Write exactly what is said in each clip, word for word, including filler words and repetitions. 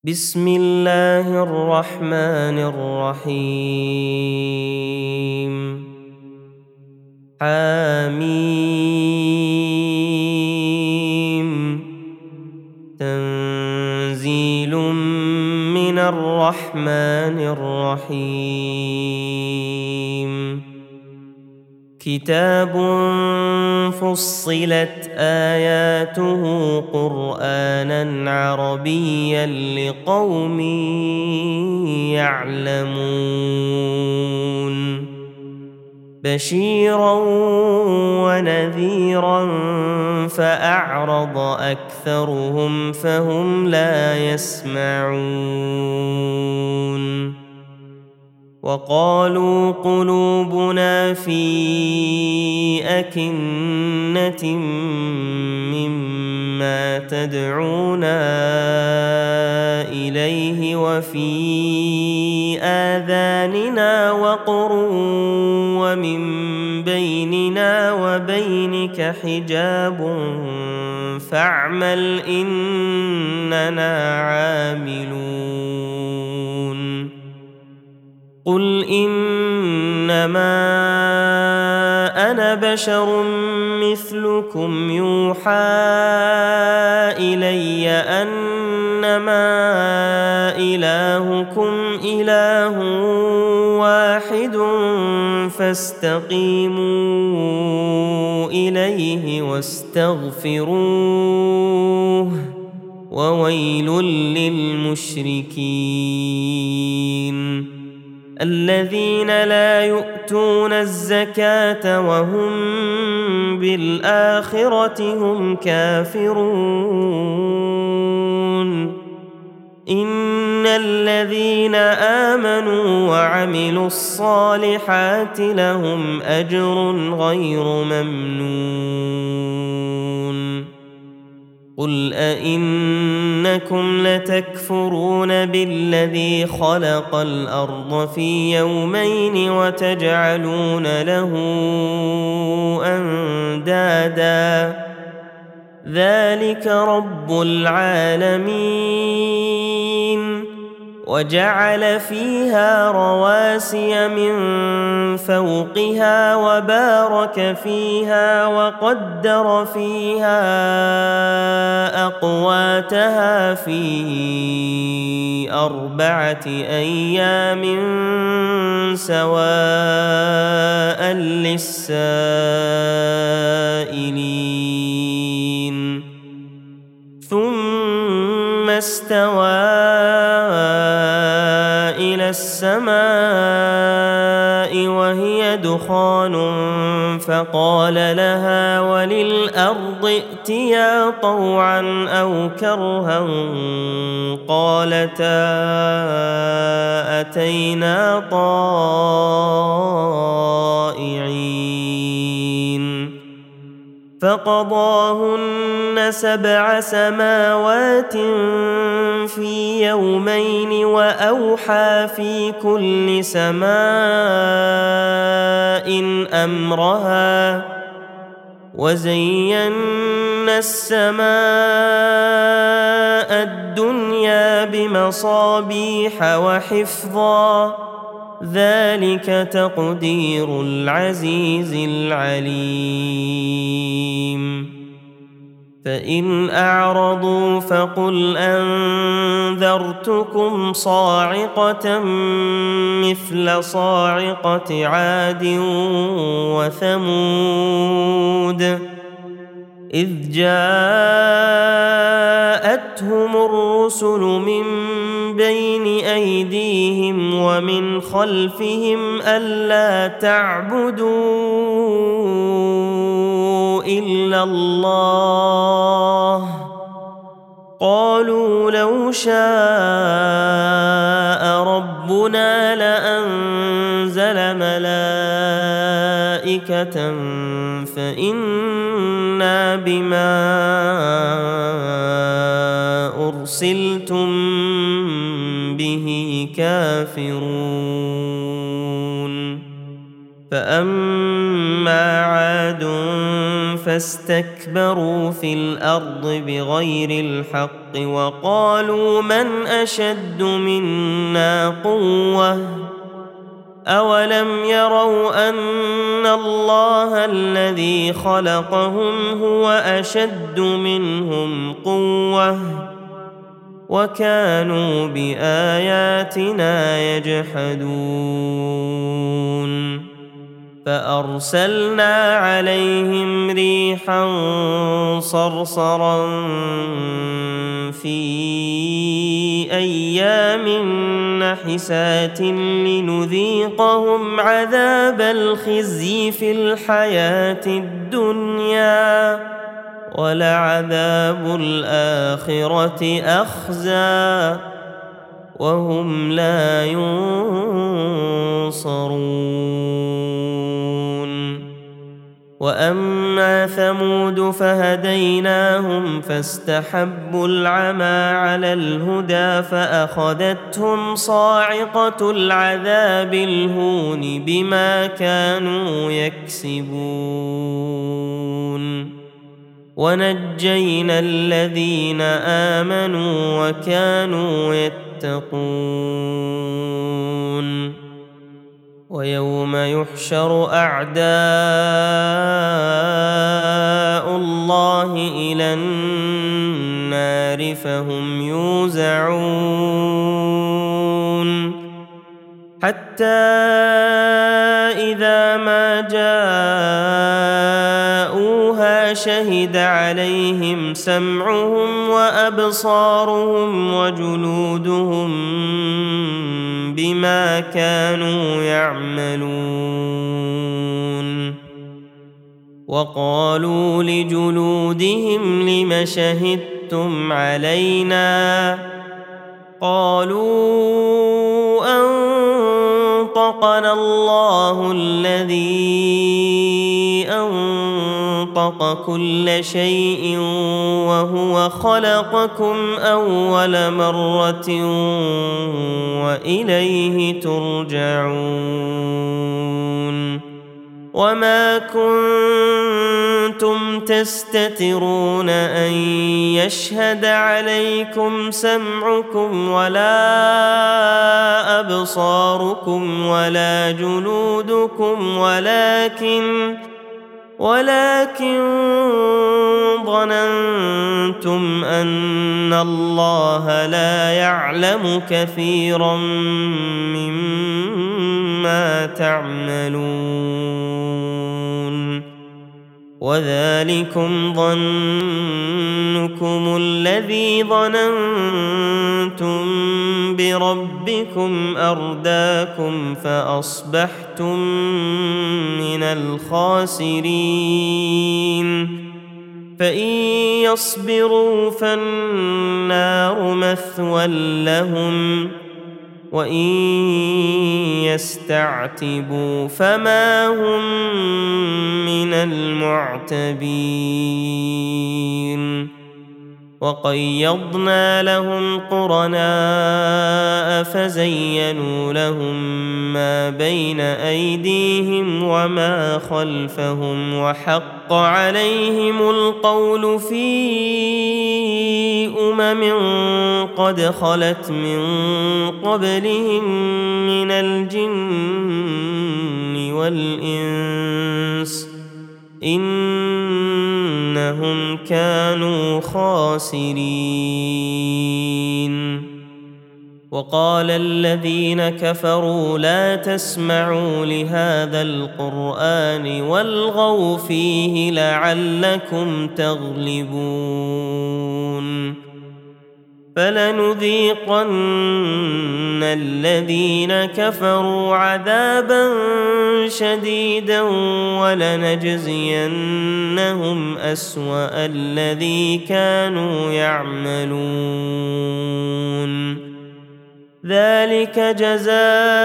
بسم الله الرحمن الرحيم حميم تنزيل من الرحمن الرحيم كتاب فصلت آياته قرآنا عربيا لقوم يعلمون بشيرا ونذيرا فأعرض أكثرهم فهم لا يسمعون وقالوا قلوبنا في أكنة مما تدعونا إليه وفي آذاننا وقر ومن بيننا وبينك حجاب فاعمل إننا عاملون قل إنما أنا بشر مثلكم يوحى إلي أنما إلهكم إله واحد فاستقيموا إليه واستغفروه وويل للمشركين الذين لا يؤتون الزكاة وهم بالآخرة هم كافرون إن الذين آمنوا وعملوا الصالحات لهم أجر غير ممنون قل أئنكم لتكفرون بالذي خلق الأرض في يومين وتجعلون له أندادا ذلك رب العالمين وجعل فيها رواسي من فوقها وبارك فيها وقدر فيها أقواتها في أربعة أيام سواء للسائلين ثم استوى إلى السماء وهي دخان فقال لها وللأرض ائتيا طوعا أو كرها قالتا أتينا طائعين فقضاهن سبع سماوات في يومين وأوحى في كل سماء أمرها وزينا السماء الدنيا بمصابيح وحفظا ذلك تقدير العزيز العليم فإن أعرضوا فقل أنذرتكم صاعقة مثل صاعقة عاد وثمود إذ جاءتهم الرسل من بين أيديهم ومن خلفهم ألا تعبدوا إلا الله قالوا لو شاء ربنا لأنزل ملائكة فإنا بما أرسلتم به كافرون فأما عاد فاستكبروا في الأرض بغير الحق وقالوا من أشد منا قوة أولم يروا أن الله الذي خلقهم هو أشد منهم قوة وكانوا بآياتنا يجحدون فأرسلنا عليهم ريحا صرصرا في أيام نحسات لنذيقهم عذاب الخزي في الحياة الدنيا ولعذاب الآخرة أخزى وهم لا ينصرون وأما ثمود فهديناهم فاستحبوا العمى على الهدى فأخذتهم صاعقة العذاب الهون بما كانوا يكسبون ونجينا الذين آمنوا وكانوا يتقون ويوم يحشر أعداء الله إلى النار فهم يوزعون حتى إذا ما جاءوها شهد عليهم سمعهم وأبصارهم وجلودهم بما كانوا يعملون وقالوا لجلودهم لم شهدتم علينا قالوا أنطقنا الله الذي أنطق كل شيء وهو خلقكم أول مرة وإليه ترجعون وما كنتم تستترون أن يشهد عليكم سمعكم ولا أبصاركم ولا جلودكم ولكن ولكن ظننتم أن الله لا يعلم كثيرا مما تعملون وذلكم ظنكم الذي ظننتم بربكم أرداكم فأصبحتم من الخاسرين فإن يصبروا فالنار مثوى لهم وإن يستعتبوا فما هم من المعتبين وقيضنا لهم قرناء فزينوا لهم ما بين أيديهم وما خلفهم وحق عليهم القول في أمم قد خلت من قبلهم من الجن والإنس إنهم كانوا خاسرين وقال الذين كفروا لا تسمعوا لهذا القرآن والغوا فيه لعلكم تغلبون فلنذيقن الذين كفروا عذابا شديدا ولنجزينهم أسوأ الذي كانوا يعملون ذلك جزاء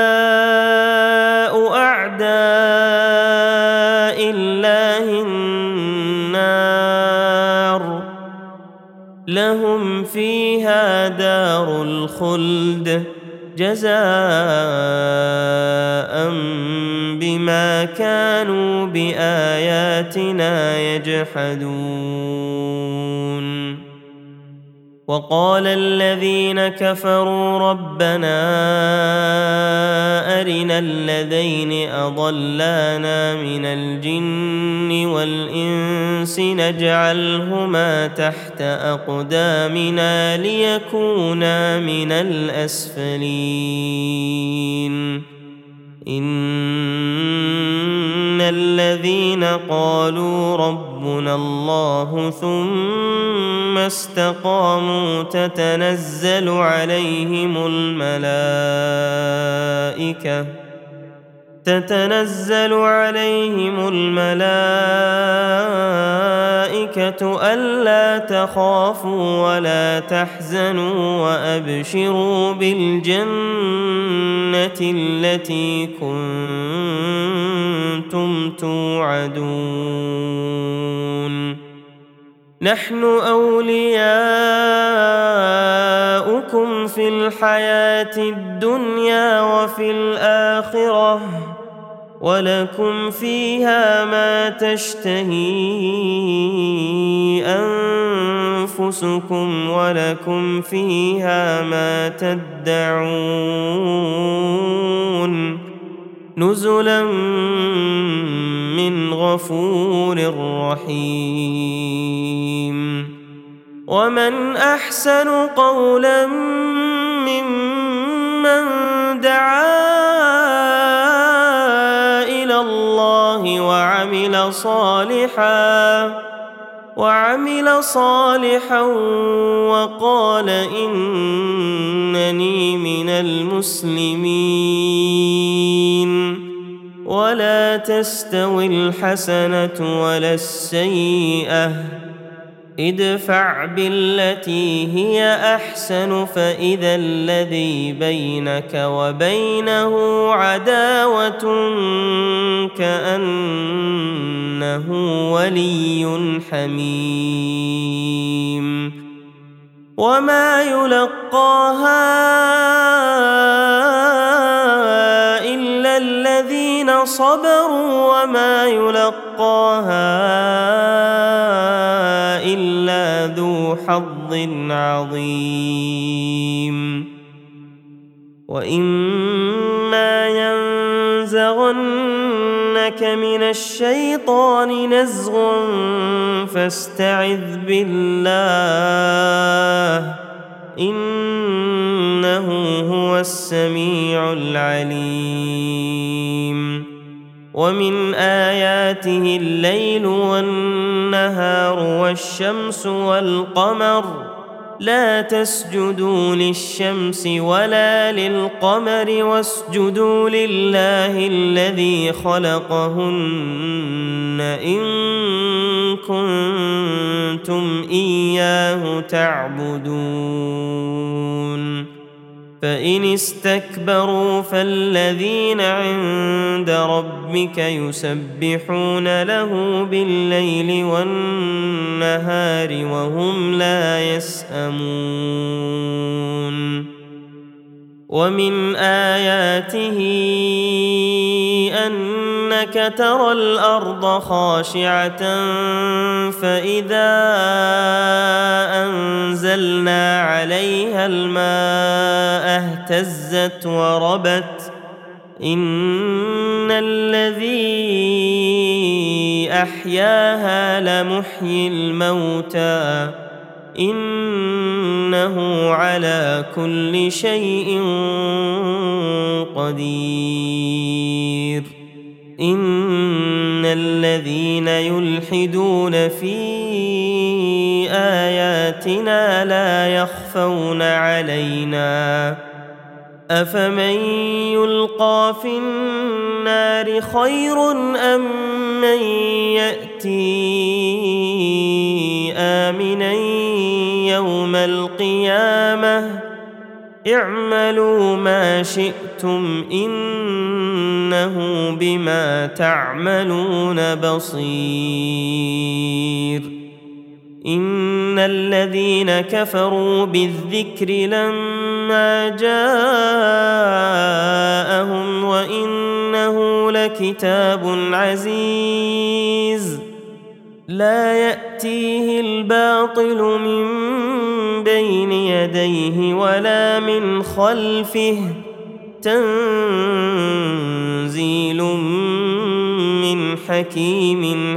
أعداء الله النار لهم فيها دار الخلد جزاء بما كانوا بآياتنا يجحدون. وقال الذين كفروا ربنا أرنا الذين أضلانا من الجن والإنس نجعلهما تحت أقدامنا ليكونا من الأسفلين. إن الذين قالوا ربنا الله ثم استقاموا تتنزل عليهم الملائكة تتنزل عليهم الملائكة ألا تخافوا ولا تحزنوا وأبشروا بالجنة التي كنتم توعدون. نحن أولياؤكم في الحياة الدنيا وفي الآخرة ولكم فيها ما تشتهي أنفسكم ولكم فيها ما تدعون نزلا من غفور رحيم. ومن أحسن قولا ممن دعا إلى الله وعمل صالحا وعمل صالحا وقال إنني من المسلمين. ولا تستوي الحسنة ولا السيئة ادفع بالتي هي أحسن فإذا الذي بينك وبينه عداوة كأنه ولي حميم. وما يلقاها إلا الذين صبروا وما يلقاها إلا ذو حظ عظيم. وإما ينزغنك من الشيطان نزغ فاستعذ بالله إنه هو السميع العليم. ومن آياته الليل والنهار والشمس والقمر لا تسجدوا للشمس ولا للقمر واسجدوا لله الذي خلقهن إن كنتم إياه تعبدون. فإن استكبروا فالذين عند ربك يسبحون له بالليل والنهار وهم لا يسأمون. ومن آياته أنك ترى الأرض خاشعة فإذا أنزلنا عليها الماء اهتزت وربت إن الذي أحياها لمحيي الموتى إنه على كل شيء قدير. إن الذين يلحدون في آياتنا لا يخفون علينا أفمن يلقى في النار خير أم من يأتي آمنا يوم القيامة اعملوا ما شئتم إنه بما تعملون بصير. إن الذين كفروا بالذكر لما جاءهم وإنه لكتاب عزيز لا يأتيه الباطل من بين يديه ولا من خلفه تنزيل من حكيم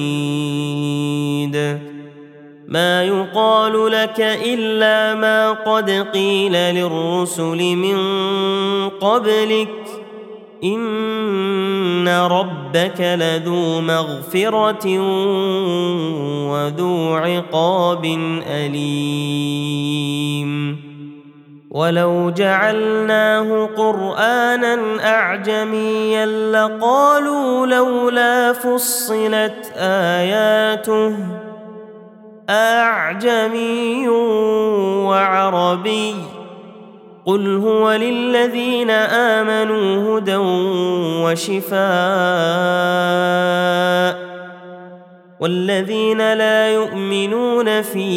حميد ما يقال لك إلا ما قد قيل للرسل من قبلك إن ربك لذو مغفرة وذو عقاب أليم ولو جعلناه قرآنا أعجميا لقالوا لولا فصلت آياته أعجمي وعربي قل هو للذين آمنوا هدى وشفاء والذين لا يؤمنون في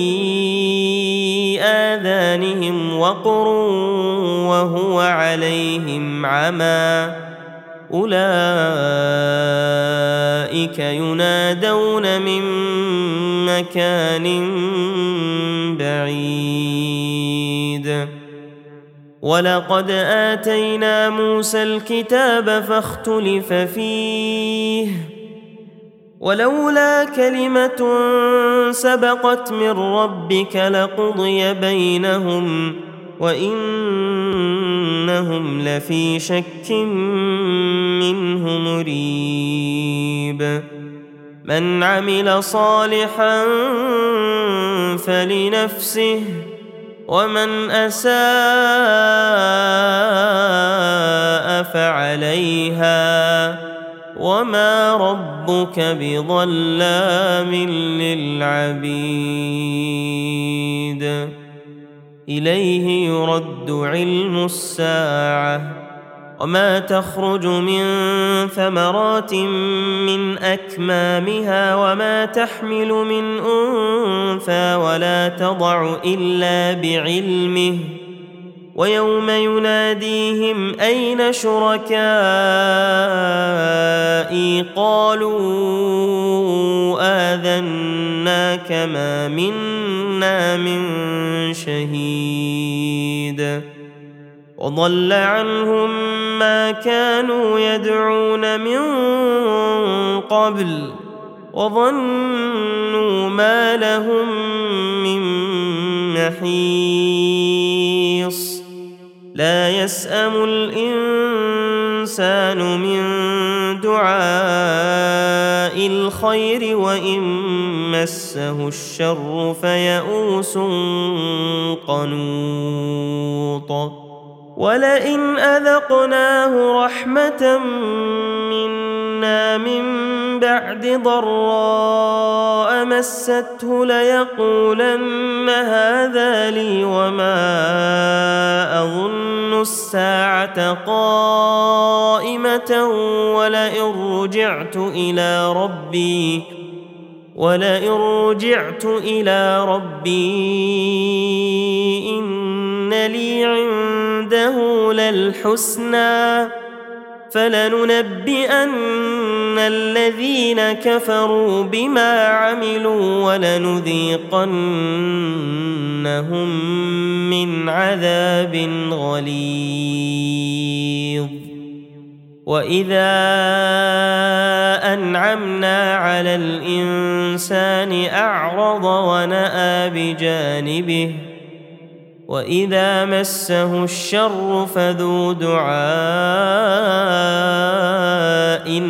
آذانهم وقر وهو عليهم عمى أولئك ينادون من مكان بعيد ولقد آتينا موسى الكتاب فاختلف فيه ولولا كلمة سبقت من ربك لقضي بينهم وإنهم لفي شك منه مريب من عمل صالحا فلنفسه ومن أساء فعليها وما ربك بظلام للعبيد إليه يرد علم الساعة وما تخرج من ثمرات من أكمامها وما تحمل من أنثى ولا تضع إلا بعلمه ويوم يناديهم أين شركائي قالوا آذناك ما منا من شهيد وضل عنهم ما كانوا يدعون من قبل وظنوا ما لهم من محيص لا يسأم الإنسان من دعاء الخير وإن مسه الشر فيئوس قنوط ولئن أذقناه رحمة منا من بعد ضراء مسته ليقولن هذا لي وما أظن الساعة قائمة ولئن رجعت إلى ربي ولئن رجعت إلى ربي إن لي عنده للحسنى فلننبئن الذين كفروا بما عملوا ولنذيقنهم من عذاب غليظ وإذا أنعمنا على الإنسان أعرض ونأى بجانبه وإذا مسه الشر فذو دعاء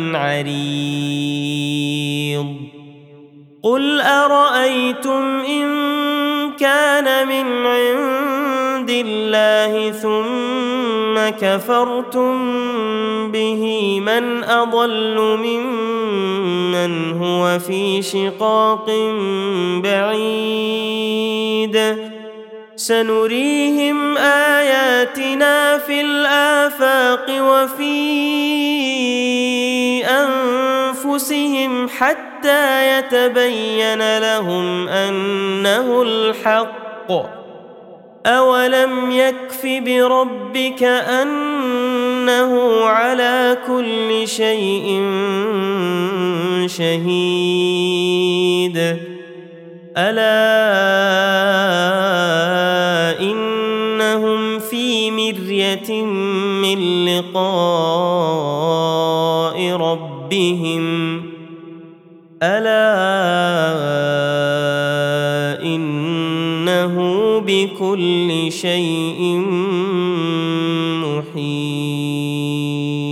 عريض قل أرأيتم إن كان من عند الله ثم كفرتم به من أضل ممن هو في شقاق بعيد سنريهم آياتنا في الآفاق وفي أنفسهم حتى حتى يتبين لهم أنه الحق أولم يكف بربك أنه على كل شيء شهيد ألا إنهم في مرية من لقاء ربهم ألا إنه بكل شيء محيط.